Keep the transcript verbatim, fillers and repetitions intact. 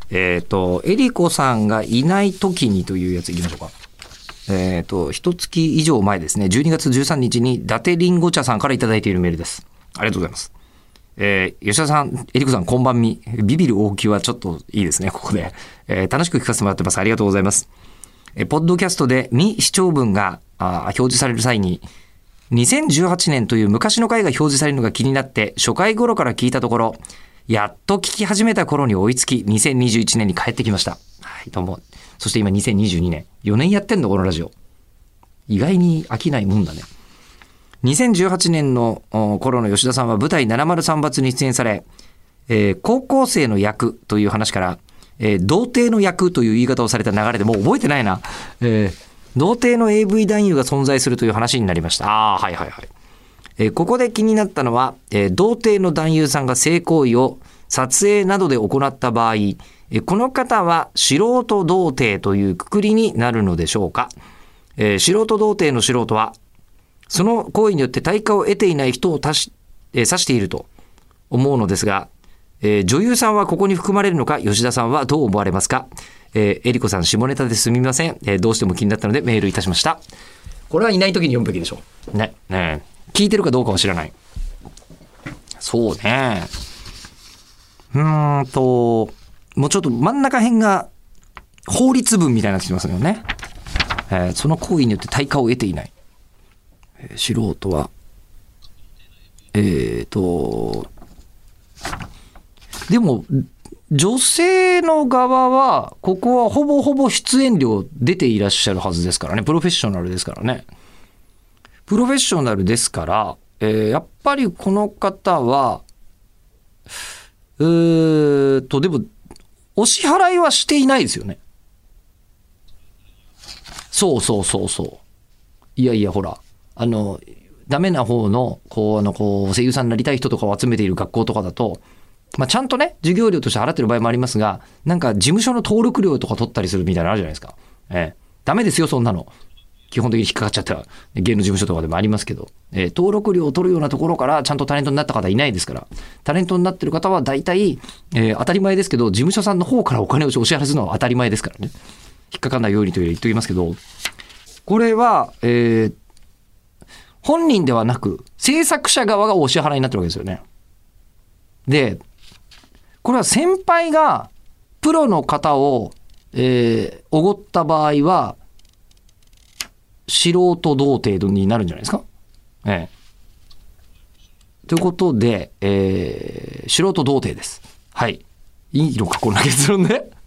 えっ、ー、と、えりこさんがいない時にというやついきましょうか。えっ、ー、と、一月以上前ですね、じゅうにがつじゅうさんにちに伊達りんご茶さんからいただいているメールです。ありがとうございます。えー、吉田さん、えりこさん、こんばんみ。ビビる大きはちょっといいですね、ここで。えー、楽しく聞かせてもらってます。ありがとうございます。えー、ポッドキャストで未視聴文があ表示される際に、にせんじゅうはちねんという昔の回が表示されるのが気になって、初回頃から聞いたところ、やっと聞き始めた頃に追いつき、にせんにじゅういちねんに帰ってきました。はい、どうも。そして今にせんにじゅうにねん。よねんやってんの、このラジオ。意外に飽きないもんだね。にせんじゅうはちねんの頃の吉田さんは舞台ななまるさんばつに出演され、えー、高校生の役という話から、えー、童貞の役という言い方をされた流れでもう覚えてないな。えー、童貞の エーブイ 男優が存在するという話になりました。ああ、はいはいはい。えー、ここで気になったのは、えー、童貞の男優さんが性行為を撮影などで行った場合、えー、この方は素人童貞というくくりになるのでしょうか。えー、素人童貞の素人はその行為によって対価を得ていない人を指し、えー、指していると思うのですが、えー、女優さんはここに含まれるのか、吉田さんはどう思われますか。えー、えりこさん、下ネタですみません、えー、どうしても気になったのでメールいたしました。これはいない時に読むべきでしょうね。ね、聞いてるかどうかは知らない。そうね、うーんともうちょっと真ん中辺が法律文みたいになってきますよね。えー、その行為によって対価を得ていない、えー、素人はえーとでも女性の側はここはほぼほぼ出演料出ていらっしゃるはずですからね。プロフェッショナルですからね。プロフェッショナルですから、えー、やっぱりこの方はえーとでもお支払いはしていないですよね。そうそうそうそう。いやいや、ほら、あのダメな方のこうあのこう声優さんになりたい人とかを集めている学校とかだと、まあ、ちゃんとね授業料として払ってる場合もありますが、なんか事務所の登録料とか取ったりするみたいなのあるじゃないですか。ええ、ダメですよそんなの。基本的に引っかかっちゃった芸能事務所とかでもありますけど、えー、登録料を取るようなところからちゃんとタレントになった方いないですから。タレントになってる方は大体、えー、当たり前ですけど、事務所さんの方からお金をお支払いするのは当たり前ですからね。引っかかんないようにという言っておきますけど、これは、えー、本人ではなく制作者側がお支払いになってるわけですよね。で、これは先輩がプロの方をえー、おごった場合は素人童貞になるんじゃないですか。ええ、ということで、えー、素人童貞です。はい。いいのかこんな結論で